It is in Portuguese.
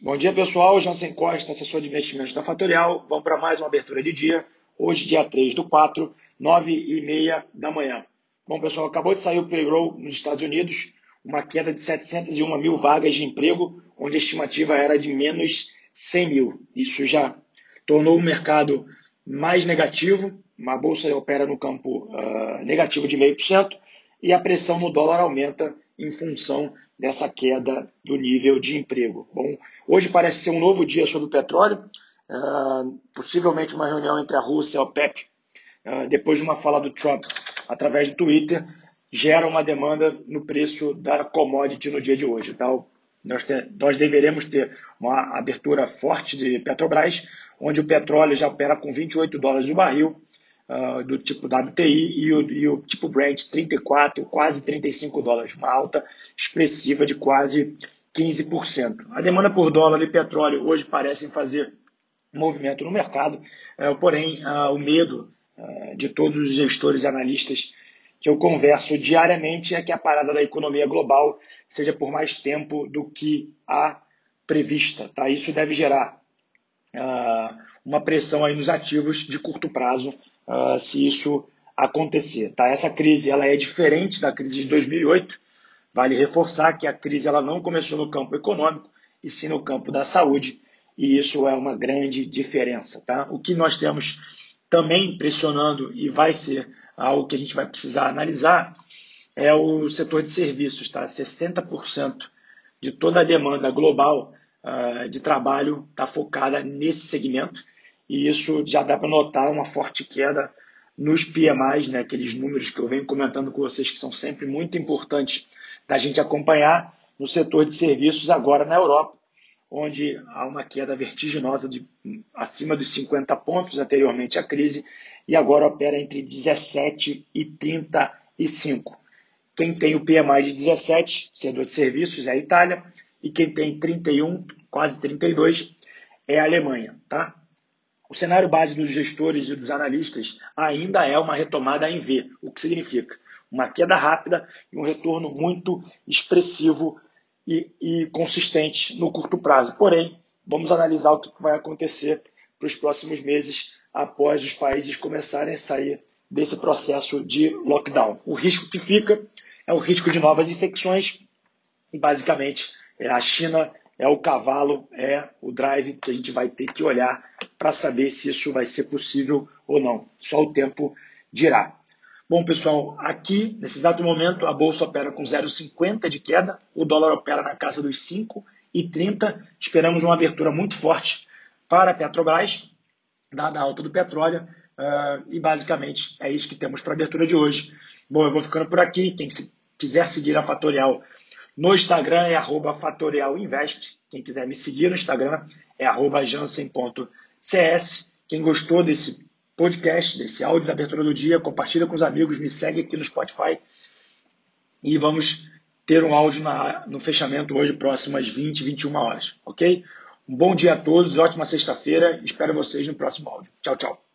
Bom dia, pessoal. Jansen Costa, assessor de investimentos da Fatorial. Vamos para mais uma abertura de dia. Hoje, dia 3/4, 9h30 da manhã. Bom, pessoal, acabou de sair o payroll nos Estados Unidos, uma queda de 701 mil vagas de emprego, onde a estimativa era de menos 100 mil. Isso já tornou o mercado mais negativo. A bolsa opera no campo negativo de 0,5%, e a pressão no dólar aumenta em função dessa queda do nível de emprego. Bom, hoje parece ser um novo dia sobre o petróleo, possivelmente uma reunião entre a Rússia e a OPEP, depois de uma fala do Trump através do Twitter, gera uma demanda no preço da commodity no dia de hoje. Então, nós deveremos ter uma abertura forte de Petrobras, onde o petróleo já opera com $28 o barril, do tipo WTI, e o tipo Brent 34, quase $35, uma alta expressiva de quase 15%. A demanda por dólar e petróleo hoje parecem fazer movimento no mercado, porém o medo de todos os gestores e analistas que eu converso diariamente é que a parada da economia global seja por mais tempo do que a prevista. Tá? Isso deve gerar uma pressão aí nos ativos de curto prazo, se isso acontecer. Tá? Essa crise ela é diferente da crise de 2008. Vale reforçar que a crise ela não começou no campo econômico, e sim no campo da saúde, e isso é uma grande diferença. Tá? O que nós temos também pressionando, e vai ser algo que a gente vai precisar analisar, é o setor de serviços. Tá? 60% de toda a demanda global de trabalho está focada nesse segmento, e isso já dá para notar uma forte queda nos PMIs, né, aqueles números que eu venho comentando com vocês que são sempre muito importantes da gente acompanhar no setor de serviços agora na Europa, onde há uma queda vertiginosa de acima dos 50 pontos anteriormente à crise, e agora opera entre 17 e 35. Quem tem o PMI de 17, setor de serviços, é a Itália, e quem tem 31, quase 32, é a Alemanha. Tá? O cenário base dos gestores e dos analistas ainda é uma retomada em V, o que significa uma queda rápida e um retorno muito expressivo e consistente no curto prazo. Porém, vamos analisar o que vai acontecer para os próximos meses após os países começarem a sair desse processo de lockdown. O risco que fica é o risco de novas infecções, e basicamente a China é o cavalo, é o drive que a gente vai ter que olhar para saber se isso vai ser possível ou não. Só o tempo dirá. Bom, pessoal, aqui, nesse exato momento, a bolsa opera com 0,50 de queda, o dólar opera na casa dos 5,30. Esperamos uma abertura muito forte para a Petrobras, dada a alta do petróleo, e basicamente é isso que temos para a abertura de hoje. Bom, eu vou ficando por aqui. Quem quiser seguir a Fatorial no Instagram é @fatorialinvest. Quem quiser me seguir no Instagram é @jansen.cs. Quem gostou desse podcast, desse áudio da abertura do dia, compartilha com os amigos, me segue aqui no Spotify, e vamos ter um áudio no fechamento hoje, próximo às 20, 21 horas, ok? Um bom dia a todos, ótima sexta-feira, espero vocês no próximo áudio. Tchau, tchau.